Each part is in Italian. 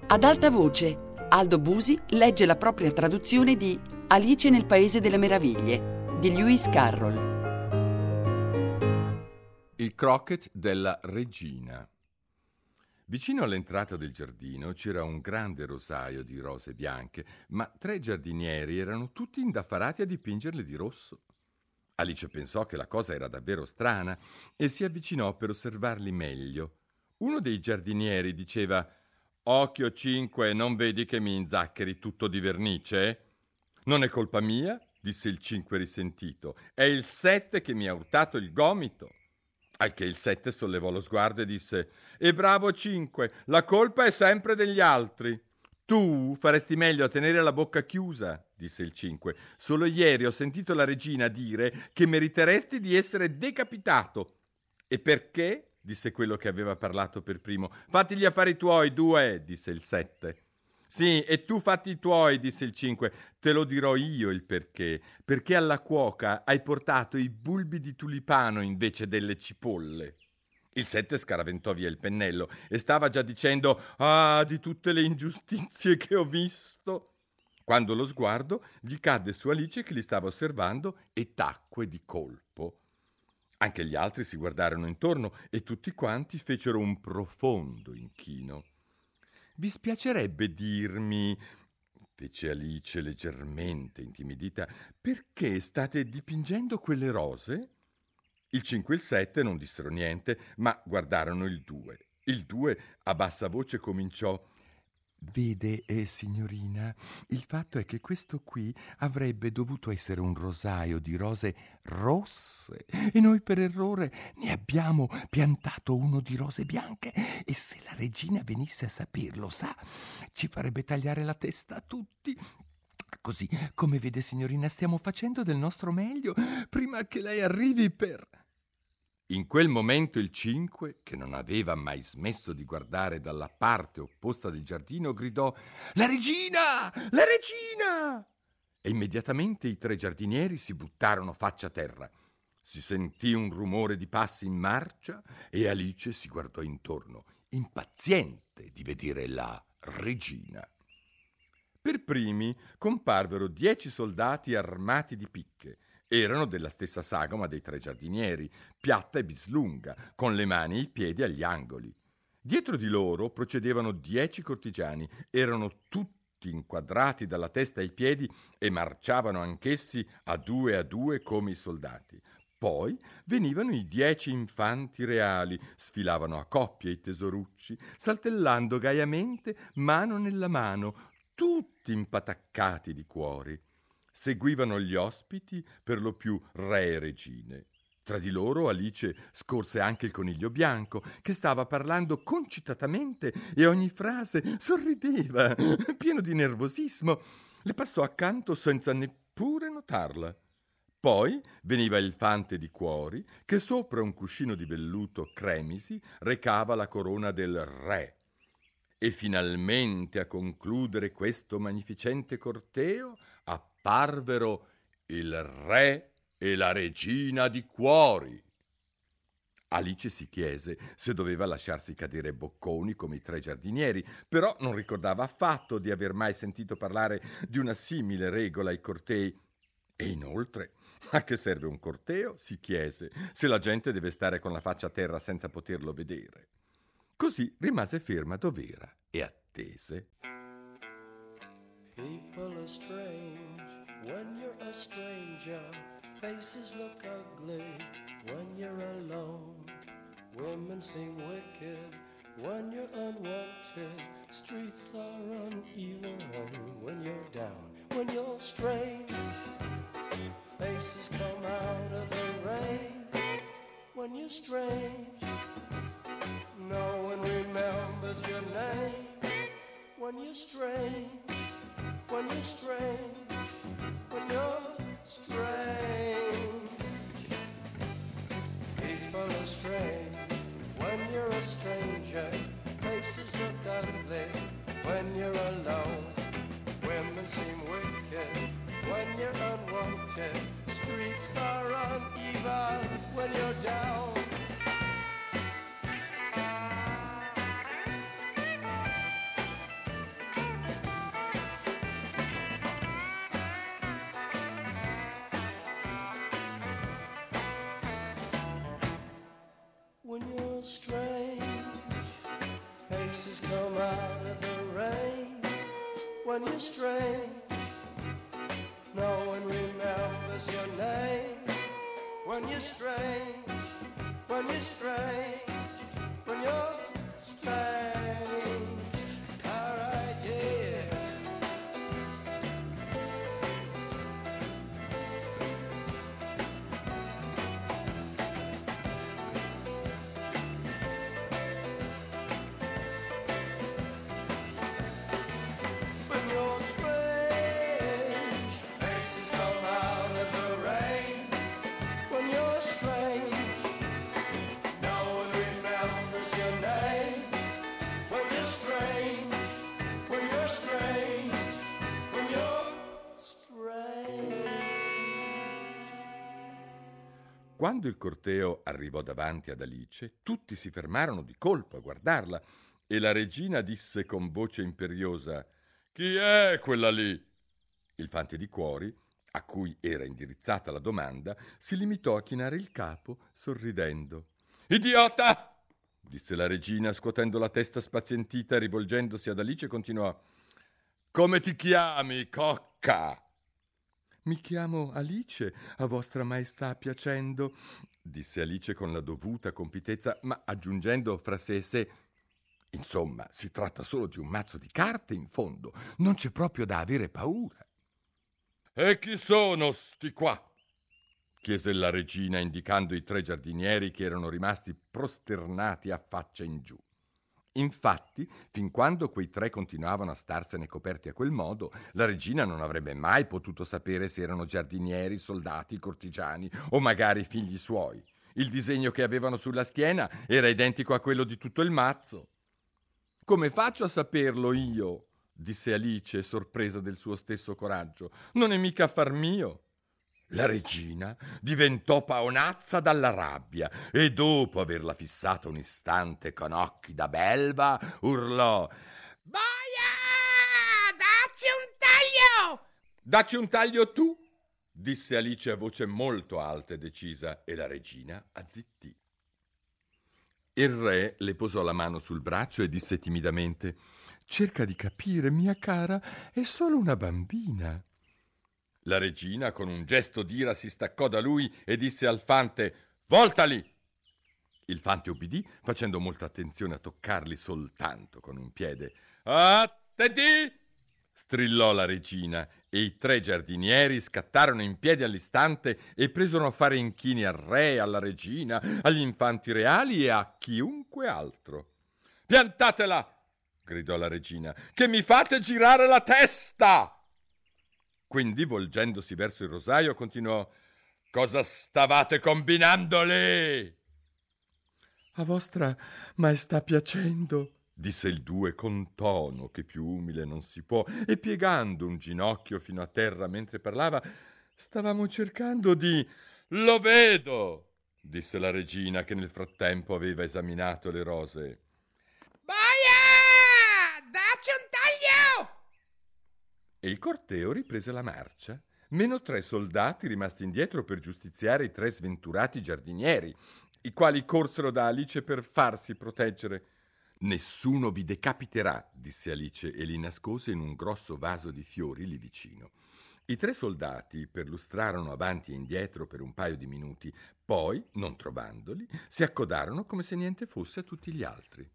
Ad alta voce, Aldo Busi legge la propria traduzione di Alice nel Paese delle Meraviglie di Lewis Carroll. Il croquet della regina. Vicino all'entrata del giardino c'era un grande rosaio di rose bianche, ma 3 giardinieri erano tutti indaffarati a dipingerle di rosso. Alice pensò che la cosa era davvero strana e si avvicinò per osservarli meglio. Uno dei giardinieri diceva: «Occhio 5, non vedi che mi inzaccheri tutto di vernice?» «Non è colpa mia», disse il 5 risentito, «è il 7 che mi ha urtato il gomito». Al che il 7 sollevò lo sguardo e disse: «E bravo 5, la colpa è sempre degli altri». «Tu faresti meglio a tenere la bocca chiusa», disse il 5. «Solo ieri ho sentito la regina dire che meriteresti di essere decapitato». «E perché?» disse quello che aveva parlato per primo. «Fatti gli affari tuoi, 2», disse il 7. «Sì, e tu fatti i tuoi», disse il 5. «Te lo dirò io il perché. Perché alla cuoca hai portato i bulbi di tulipano invece delle cipolle». Il 7 scaraventò via il pennello e stava già dicendo: «Ah, di tutte le ingiustizie che ho visto», quando lo sguardo gli cadde su Alice che li stava osservando e tacque di colpo. Anche gli altri si guardarono intorno e tutti quanti fecero un profondo inchino. «Vi spiacerebbe dirmi», fece Alice leggermente intimidita, «perché state dipingendo quelle rose?» Il 5 e il 7 non dissero niente, ma guardarono il 2. Il 2 a bassa voce cominciò: «Vede, signorina, il fatto è che questo qui avrebbe dovuto essere un rosaio di rose rosse e noi per errore ne abbiamo piantato uno di rose bianche e se la regina venisse a saperlo, sa, ci farebbe tagliare la testa a tutti. Così, come vede, signorina, stiamo facendo del nostro meglio prima che lei arrivi per...» In quel momento il 5, che non aveva mai smesso di guardare dalla parte opposta del giardino, gridò: «La regina! La regina!» E immediatamente i 3 giardinieri si buttarono faccia a terra. Si sentì un rumore di passi in marcia e Alice si guardò intorno, impaziente di vedere la regina. Per primi comparvero 10 soldati armati di picche. Erano della stessa sagoma dei 3 giardinieri, piatta e bislunga, con le mani e i piedi agli angoli. Dietro di loro procedevano 10 cortigiani, erano tutti inquadrati dalla testa ai piedi e marciavano anch'essi a 2 come i soldati. Poi venivano i 10 infanti reali, sfilavano a coppie i tesorucci, saltellando gaiamente mano nella mano, tutti impataccati di cuori. Seguivano gli ospiti, per lo più re e regine. Tra di loro Alice scorse anche il coniglio bianco, che stava parlando concitatamente e ogni frase sorrideva, pieno di nervosismo. Le passò accanto senza neppure notarla. Poi veniva il fante di cuori, che sopra un cuscino di velluto cremisi recava la corona del re. E finalmente, a concludere questo magnificente corteo, apparvero il re e la regina di cuori. Alice si chiese se doveva lasciarsi cadere bocconi come i 3 giardinieri, però non ricordava affatto di aver mai sentito parlare di una simile regola ai cortei. E inoltre, a che serve un corteo? Si chiese, se la gente deve stare con la faccia a terra senza poterlo vedere. Così rimase ferma dov'era e attese. People are strange when you're a stranger. Faces look ugly when you're alone. Women seem wicked when you're unwanted. Streets are uneven when you're down. When you're strange, faces come out of the rain. When you're strange, no one remembers your name. When you're strange, when you're strange, when you're strange. People are strange when you're a stranger. Faces look ugly when you're alone. Women seem wicked when you're unwanted. Streets are uneven when you're down. faces come out of the rain. When you're strange, no one remembers your name. When you're strange, when you're strange, when you're strange. All right, yeah. When you're strange, faces come out of the rain. When you're strange, no one remembers your name. When you're strange, when you're strange, when you're strange. Quando il corteo arrivò davanti ad Alice, tutti si fermarono di colpo a guardarla e la regina disse con voce imperiosa: «Chi è quella lì?» Il fante di cuori, a cui era indirizzata la domanda, si limitò a chinare il capo sorridendo. «Idiota!» disse la regina, scuotendo la testa spazientita, rivolgendosi ad Alice continuò: «Come ti chiami, cocca?» «Mi chiamo Alice, a vostra maestà piacendo», disse Alice con la dovuta compitezza, ma aggiungendo fra sé e sé: «Insomma, si tratta solo di un mazzo di carte, in fondo. Non c'è proprio da avere paura». «E chi sono sti qua?» chiese la regina, indicando i 3 giardinieri che erano rimasti prosternati a faccia in giù. Infatti, fin quando quei 3 continuavano a starsene coperti a quel modo, la regina non avrebbe mai potuto sapere se erano giardinieri, soldati, cortigiani o magari figli suoi. Il disegno che avevano sulla schiena era identico a quello di tutto il mazzo. «Come faccio a saperlo io?» disse Alice, sorpresa del suo stesso coraggio. «Non è mica affar mio». La regina diventò paonazza dalla rabbia e dopo averla fissata un istante con occhi da belva urlò: «Boia! Dacci un taglio!» «Dacci un taglio tu!» disse Alice a voce molto alta e decisa, e la regina azzittì. Il re le posò la mano sul braccio e disse timidamente: «Cerca di capire, mia cara, è solo una bambina». La regina, con un gesto d'ira, si staccò da lui e disse al fante: «Voltali!» Il fante obbedì, facendo molta attenzione a toccarli soltanto con un piede. «Attenti!» strillò la regina, e i 3 giardinieri scattarono in piedi all'istante e presero a fare inchini al re, alla regina, agli infanti reali e a chiunque altro. «Piantatela!» gridò la regina, «che mi fate girare la testa!» Quindi, volgendosi verso il rosaio, continuò: «Cosa stavate combinando lì?» «A vostra maestà piacendo», disse il 2 con tono che più umile non si può, e piegando un ginocchio fino a terra mentre parlava: «Stavamo cercando di...» «Lo vedo», disse la regina, che nel frattempo aveva esaminato le rose. «Boia! Dacci un taglio!» E il corteo riprese la marcia, meno 3 soldati rimasti indietro per giustiziare i 3 sventurati giardinieri, i quali corsero da Alice per farsi proteggere. «Nessuno vi decapiterà», disse Alice, e li nascose in un grosso vaso di fiori lì vicino. I 3 soldati perlustrarono avanti e indietro per un paio di minuti, poi, non trovandoli, si accodarono come se niente fosse a tutti gli altri.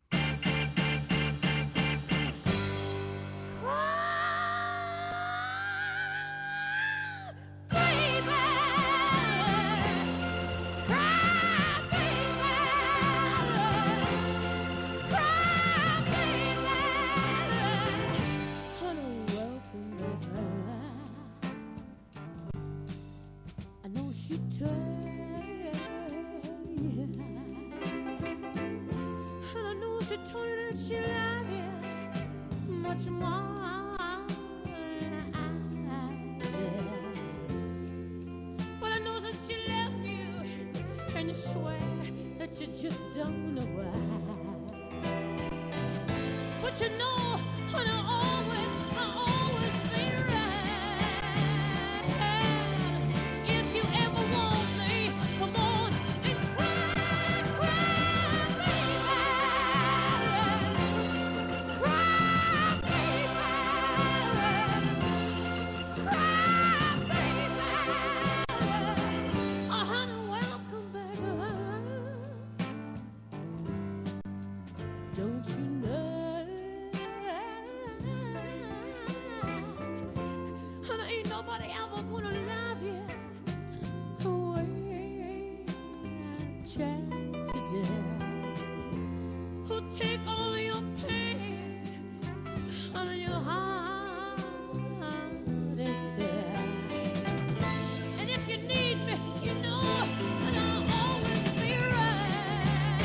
chance to dare, who take all your pain on your heart and tear. And if you need me, you know that I'll always be right.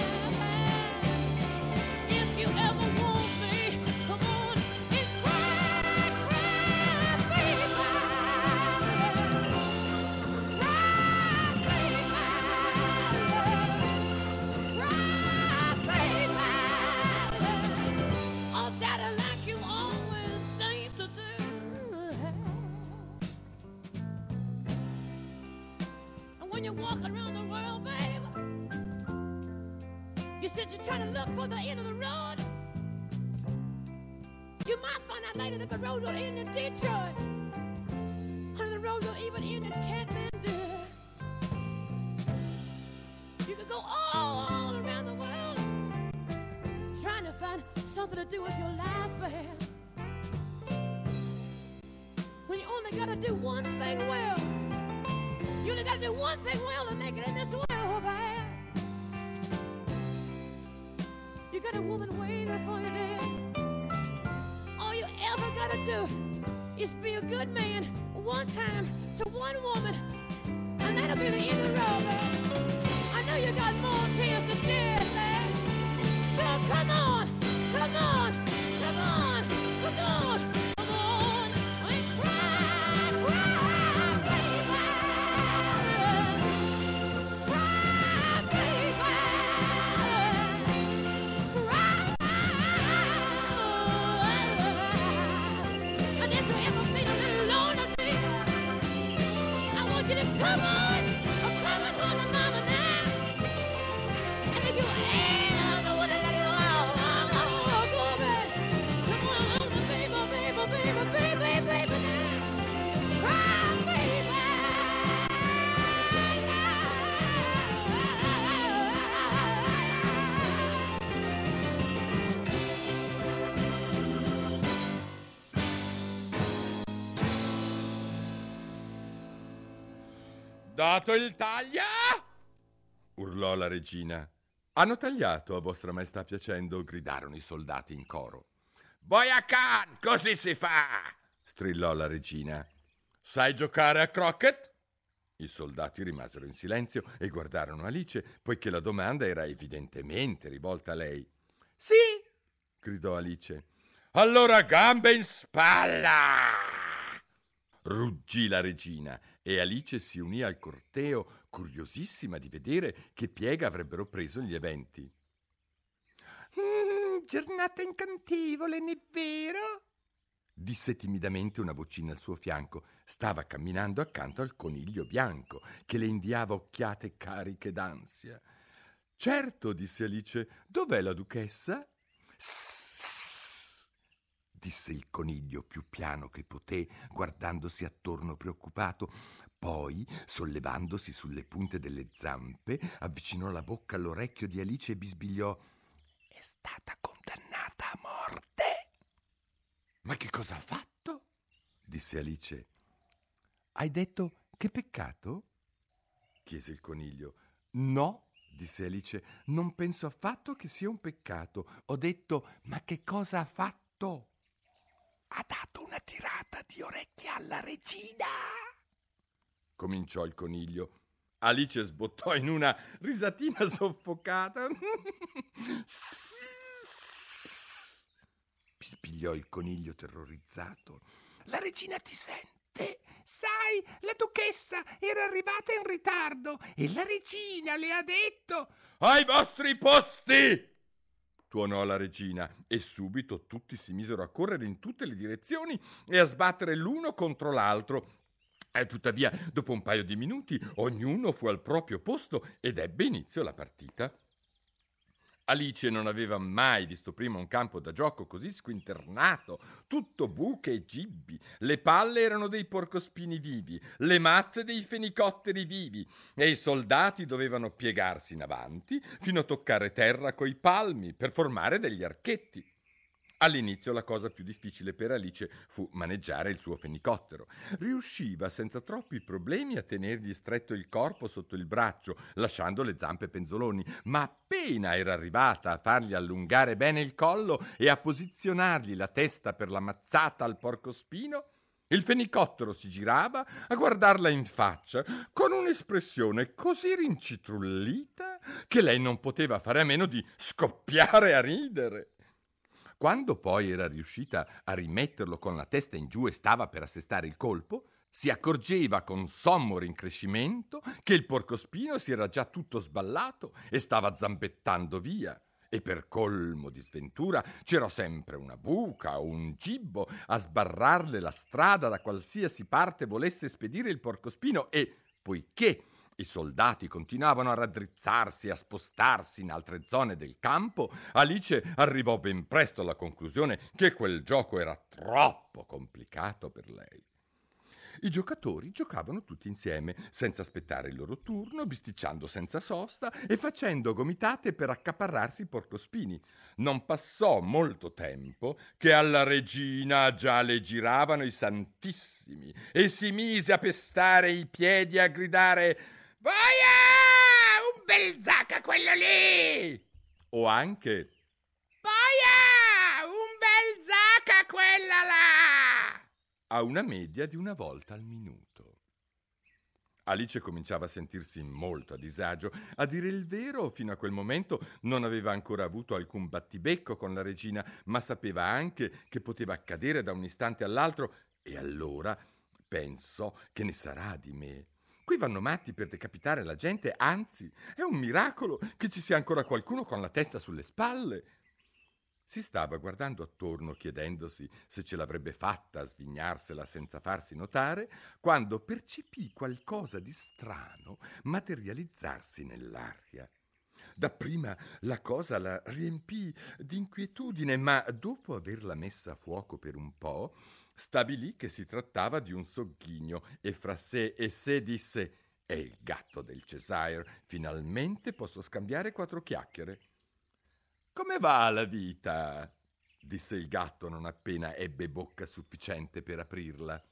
If you ever want me, come on and cry, cry, baby. Walking around the world, baby, you said you're trying to look for the end of the road. You might find out later that the road will end in Detroit, or the road will even end in Kathmandu. You could go all around the world trying to find something to do with your life, baby, when you only gotta do one thing well. You only gotta do one thing well to make it in this world, man. You got a woman waiting for you there. All you ever gotta do is be a good man one time to one woman, and that'll be the end of the road, man. I know you got more tears to shed, man. So come on, come on, come on, come on. Come on, I'm coming home to mama now. And if you ever wanna let it go, go back. Come on, baby, baby, baby, baby, baby now. Cry, baby. Dato il taglia! Urlò la regina. Hanno tagliato, a vostra maestà piacendo, gridarono i soldati in coro. Boia Khan, così si fa! Strillò la regina. Sai giocare a croquet? I soldati rimasero in silenzio e guardarono Alice, poiché la domanda era evidentemente rivolta a lei. Sì! Gridò Alice. Allora gambe in spalla! Ruggì la regina e Alice si unì al corteo, curiosissima di vedere che piega avrebbero preso gli eventi. Giornata incantevole, n'è vero? Disse timidamente una vocina al suo fianco. Stava camminando accanto al coniglio bianco, che le inviava occhiate cariche d'ansia. Certo, disse Alice, dov'è la duchessa? Disse il coniglio più piano che poté, guardandosi attorno preoccupato. Poi, sollevandosi sulle punte delle zampe, avvicinò la bocca all'orecchio di Alice e bisbigliò: «È stata condannata a morte!» «Ma che cosa ha fatto?» disse Alice. «Hai detto che peccato?» chiese il coniglio. «No», disse Alice, «non penso affatto che sia un peccato. Ho detto, ma che cosa ha fatto?» «Ha dato una tirata di orecchie alla regina!» cominciò il coniglio. Alice sbottò in una risatina soffocata. Bisbigliò il coniglio terrorizzato. «La regina ti sente? Sai, la duchessa era arrivata in ritardo e la regina le ha detto...» «Ai vostri posti!» tuonò la regina, e subito tutti si misero a correre in tutte le direzioni e a sbattere l'uno contro l'altro. E tuttavia, dopo un paio di minuti, ognuno fu al proprio posto ed ebbe inizio la partita. Alice non aveva mai visto prima un campo da gioco così squinternato, tutto buche e gibbi. Le palle erano dei porcospini vivi, le mazze dei fenicotteri vivi, e i soldati dovevano piegarsi in avanti fino a toccare terra coi palmi per formare degli archetti. All'inizio la cosa più difficile per Alice fu maneggiare il suo fenicottero. Riusciva senza troppi problemi a tenergli stretto il corpo sotto il braccio, lasciando le zampe penzoloni, ma appena era arrivata a fargli allungare bene il collo e a posizionargli la testa per la mazzata al porcospino, il fenicottero si girava a guardarla in faccia con un'espressione così rincitrullita che lei non poteva fare a meno di scoppiare a ridere. Quando poi era riuscita a rimetterlo con la testa in giù e stava per assestare il colpo, si accorgeva con sommo rincrescimento che il porcospino si era già tutto sballato e stava zampettando via. E per colmo di sventura c'era sempre una buca o un gibbo a sbarrarle la strada da qualsiasi parte volesse spedire il porcospino e, poiché i soldati continuavano a raddrizzarsi e a spostarsi in altre zone del campo, Alice arrivò ben presto alla conclusione che quel gioco era troppo complicato per lei. I giocatori giocavano tutti insieme, senza aspettare il loro turno, bisticciando senza sosta e facendo gomitate per accaparrarsi i porcospini. Non passò molto tempo che alla regina già le giravano i santissimi e si mise a pestare i piedi e a gridare «Boia! Un bel zacca quello lì!» o anche «Boia! Un bel zacca quella là!» a una media di una volta al minuto. Alice cominciava a sentirsi molto a disagio. A dire il vero, fino a quel momento non aveva ancora avuto alcun battibecco con la regina, ma sapeva anche che poteva accadere da un istante all'altro, e allora pensò: che ne sarà di me? Qui vanno matti per decapitare la gente, anzi, è un miracolo che ci sia ancora qualcuno con la testa sulle spalle. Si stava guardando attorno, chiedendosi se ce l'avrebbe fatta a svignarsela senza farsi notare, quando percepì qualcosa di strano materializzarsi nell'aria. Dapprima la cosa la riempì di inquietudine, ma dopo averla messa a fuoco per un po', stabilì che si trattava di un sogghigno e fra sé e sé disse: «È il gatto del Cheshire, finalmente posso scambiare 4 chiacchiere». «Come va la vita?» disse il gatto non appena ebbe bocca sufficiente per aprirla.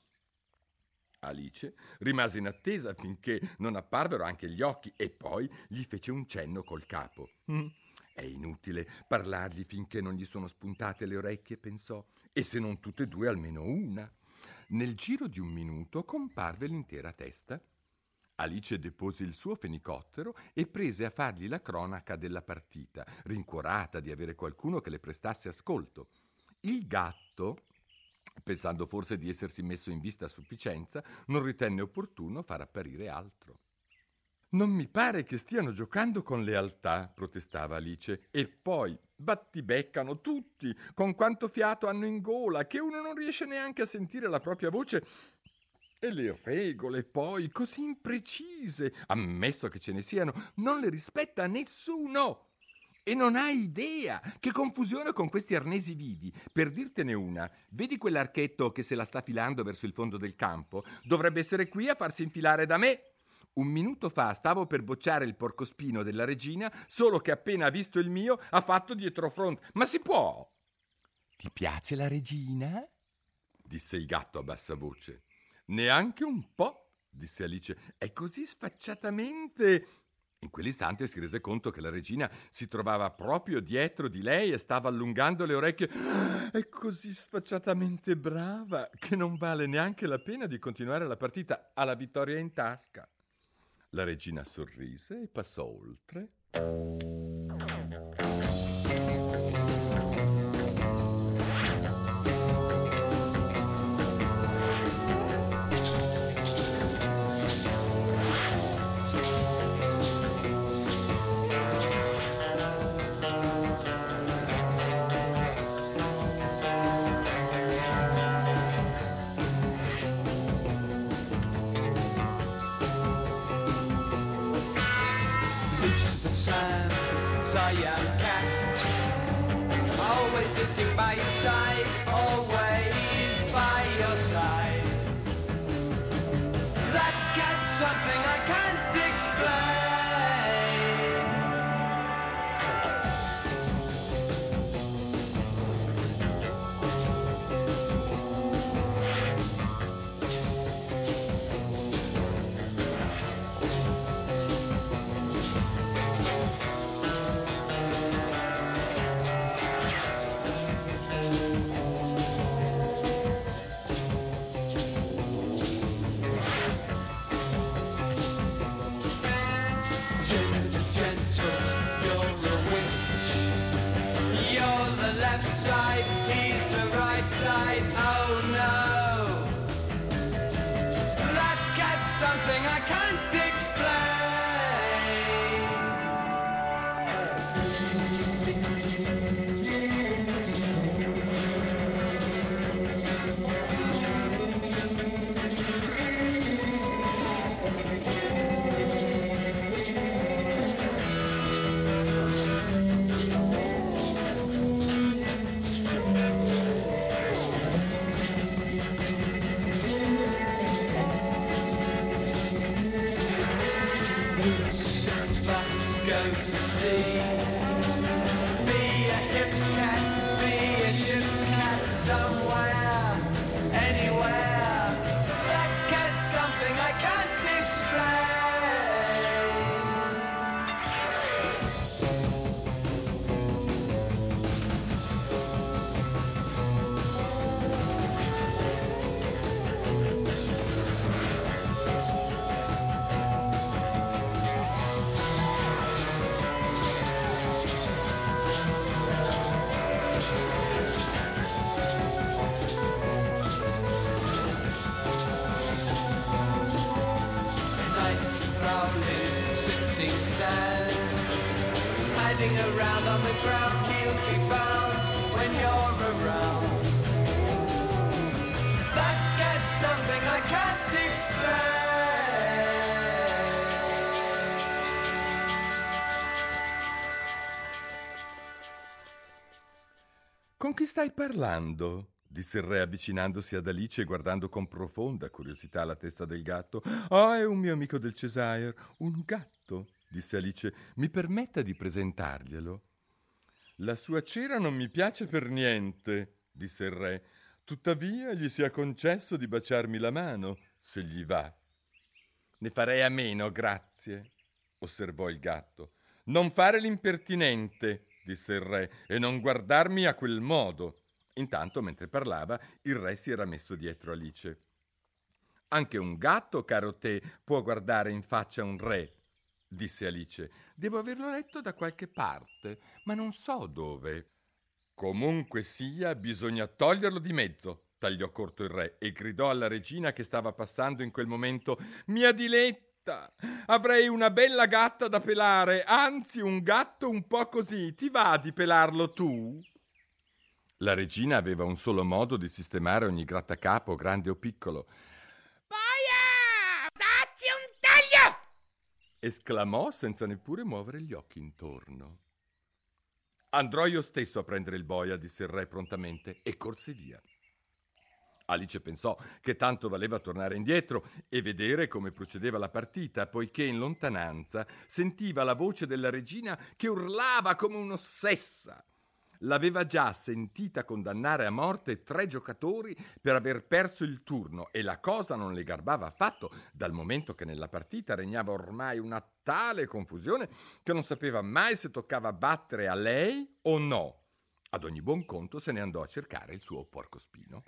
Alice rimase in attesa finché non apparvero anche gli occhi e poi gli fece un cenno col capo. È inutile parlargli finché non gli sono spuntate le orecchie, pensò, e se non tutte e due almeno una. Nel giro di un minuto comparve l'intera testa. Alice depose il suo fenicottero e prese a fargli la cronaca della partita, rincuorata di avere qualcuno che le prestasse ascolto. Il gatto, pensando forse di essersi messo in vista a sufficienza, non ritenne opportuno far apparire altro. «Non mi pare che stiano giocando con lealtà», protestava Alice, «e poi battibeccano tutti, con quanto fiato hanno in gola, che uno non riesce neanche a sentire la propria voce. E le regole poi, così imprecise, ammesso che ce ne siano, non le rispetta nessuno. E non hai idea che confusione con questi arnesi vivi. Per dirtene una, vedi quell'archetto che se la sta filando verso il fondo del campo? Dovrebbe essere qui a farsi infilare da me. Un minuto fa stavo per bocciare il porcospino della regina, solo che appena ha visto il mio ha fatto dietrofront. Ma si può?» «Ti piace la regina?» disse il gatto a bassa voce. «Neanche un po'», disse Alice, «è così sfacciatamente...» In quell'istante si rese conto che la regina si trovava proprio dietro di lei e stava allungando le orecchie. «È così sfacciatamente brava che non vale neanche la pena di continuare la partita, ha la vittoria in tasca». La regina sorrise e passò oltre. A young cat, always sitting by your side, always by your side. That cat's something I can't explain. going to sea. Be a hip cat, be a ship's cat, somewhere, anywhere. That cat's something I can't explain. Hiding around on the ground, he'll be found when you're around. That gets something I can't explain. Con chi stai parlando? Disse il re avvicinandosi ad Alice e guardando con profonda curiosità la testa del gatto. Ah, è un mio amico del Cheshire, un gatto, disse Alice. Mi permetta di presentarglielo. La sua cera non mi piace per niente, disse il re. Tuttavia gli sia concesso di baciarmi la mano, se gli va. Ne farei a meno, grazie, osservò il gatto. Non fare l'impertinente, disse il re, e non guardarmi a quel modo. Intanto, mentre parlava, il re si era messo dietro Alice. Anche un gatto, caro te, può guardare in faccia un re, disse Alice. Devo averlo letto da qualche parte, ma non so dove. Comunque sia, bisogna toglierlo di mezzo, tagliò corto il re e gridò alla regina che stava passando in quel momento. Mia diletta, avrei una bella gatta da pelare, anzi un gatto un po' così. Ti va di pelarlo tu? La regina aveva un solo modo di sistemare ogni grattacapo, grande o piccolo. «Boia! Dacci un taglio!» esclamò senza neppure muovere gli occhi intorno. «Andrò io stesso a prendere il boia», disse il re prontamente, e corse via. Alice pensò che tanto valeva tornare indietro e vedere come procedeva la partita, poiché in lontananza sentiva la voce della regina che urlava come un'ossessa. L'aveva già sentita condannare a morte 3 giocatori per aver perso il turno e la cosa non le garbava affatto, dal momento che nella partita regnava ormai una tale confusione che non sapeva mai se toccava battere a lei o no. Ad ogni buon conto se ne andò a cercare il suo porcospino.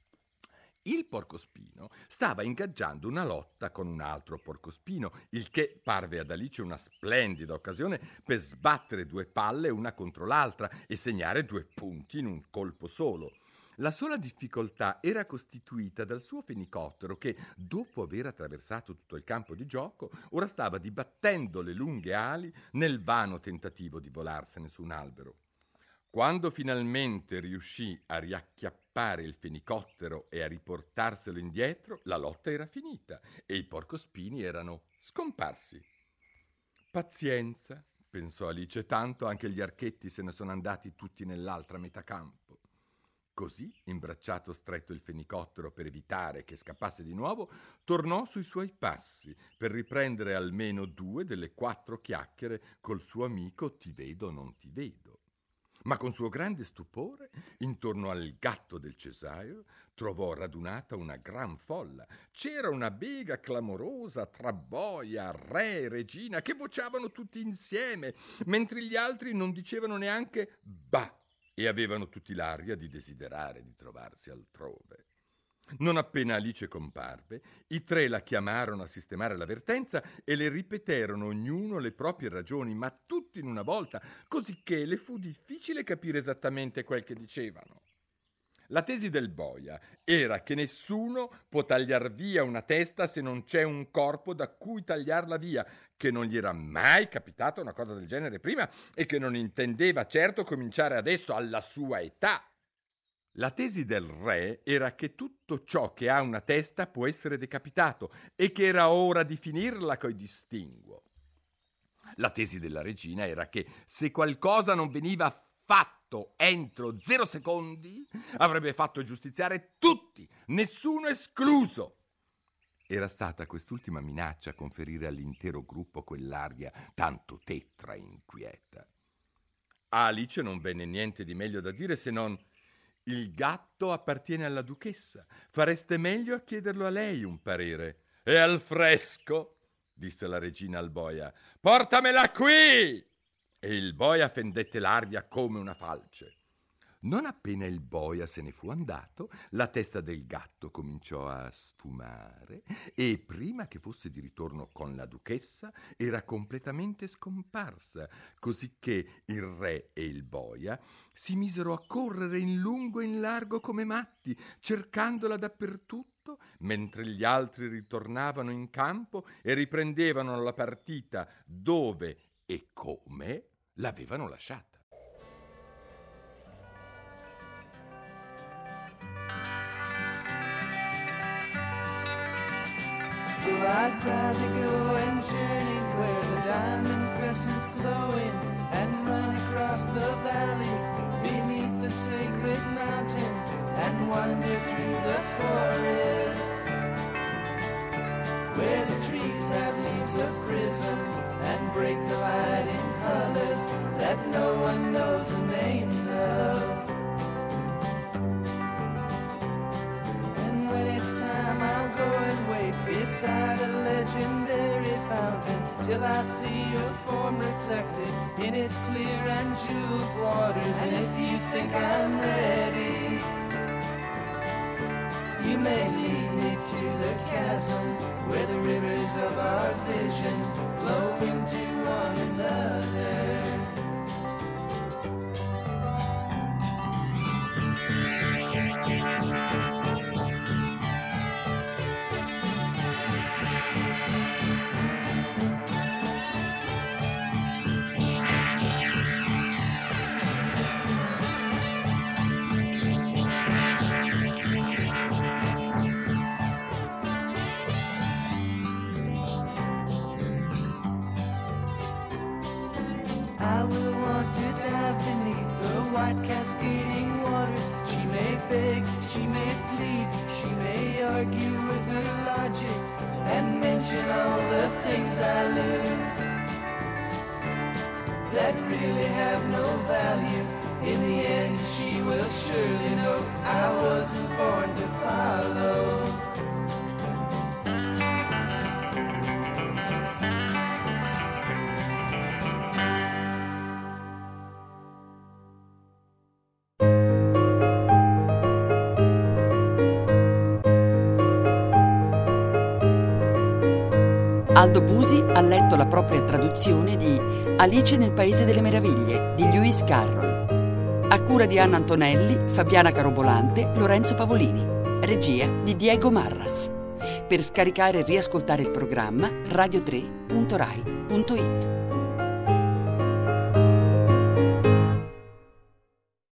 Il porcospino stava ingaggiando una lotta con un altro porcospino, il che parve ad Alice una splendida occasione per sbattere 2 palle una contro l'altra e segnare 2 punti in un colpo solo. La sola difficoltà era costituita dal suo fenicottero che, dopo aver attraversato tutto il campo di gioco, ora stava dibattendo le lunghe ali nel vano tentativo di volarsene su un albero. Quando finalmente riuscì a riacchiappare il fenicottero e a riportarselo indietro, la lotta era finita e i porcospini erano scomparsi. Pazienza, pensò Alice, tanto anche gli archetti se ne sono andati tutti nell'altra metà campo. Così, imbracciato stretto il fenicottero per evitare che scappasse di nuovo, tornò sui suoi passi per riprendere almeno 2 delle 4 chiacchiere col suo amico Ti vedo non ti vedo. Ma con suo grande stupore, intorno al gatto del Cheshire, trovò radunata una gran folla. C'era una bega clamorosa tra boia, re e regina che vociavano tutti insieme, mentre gli altri non dicevano neanche bah e avevano tutti l'aria di desiderare di trovarsi altrove. Non appena Alice comparve, i 3 la chiamarono a sistemare l'avvertenza e le ripeterono ognuno le proprie ragioni, ma tutti in una volta, cosicché le fu difficile capire esattamente quel che dicevano. La tesi del boia era che nessuno può tagliar via una testa se non c'è un corpo da cui tagliarla via, che non gli era mai capitata una cosa del genere prima e che non intendeva certo cominciare adesso alla sua età. La tesi del re era che tutto ciò che ha una testa può essere decapitato e che era ora di finirla coi distinguo. La tesi della regina era che se qualcosa non veniva fatto entro 0 secondi avrebbe fatto giustiziare tutti, nessuno escluso. Era stata quest'ultima minaccia a conferire all'intero gruppo quell'aria tanto tetra e inquieta. A Alice non venne niente di meglio da dire se non: «Il gatto appartiene alla duchessa. Fareste meglio a chiederlo a lei un parere». «E al fresco», disse la regina al boia, «portamela qui!» E il boia fendette l'aria come una falce. Non appena il boia se ne fu andato, la testa del gatto cominciò a sfumare e prima che fosse di ritorno con la duchessa era completamente scomparsa, cosicché il re e il boia si misero a correre in lungo e in largo come matti, cercandola dappertutto, mentre gli altri ritornavano in campo e riprendevano la partita dove e come l'avevano lasciata. So I'd proudly go and journey where the diamond crescent's glowing, and run across the valley beneath the sacred mountain, and wander through the forest where the trees have leaves of prisms and break the light in colors that no one knows the names of. And when it's time, I'll go and wait beside a legendary fountain till I see your form reflected in its clear and jeweled waters. And if you think I'm ready, you may lead me to the chasm where the rivers of our vision flow into one another. I will want to dive beneath the white cascading waters. She may beg, she may plead, she may argue with her logic and mention all the things I lose that really have no value. In the end she will surely know I wasn't born to follow. Aldo Busi ha letto la propria traduzione di Alice nel Paese delle Meraviglie di Lewis Carroll, a cura di Anna Antonelli, Fabiana Carobolante, Lorenzo Pavolini, regia di Diego Marras. Per scaricare e riascoltare il programma radio3.rai.it.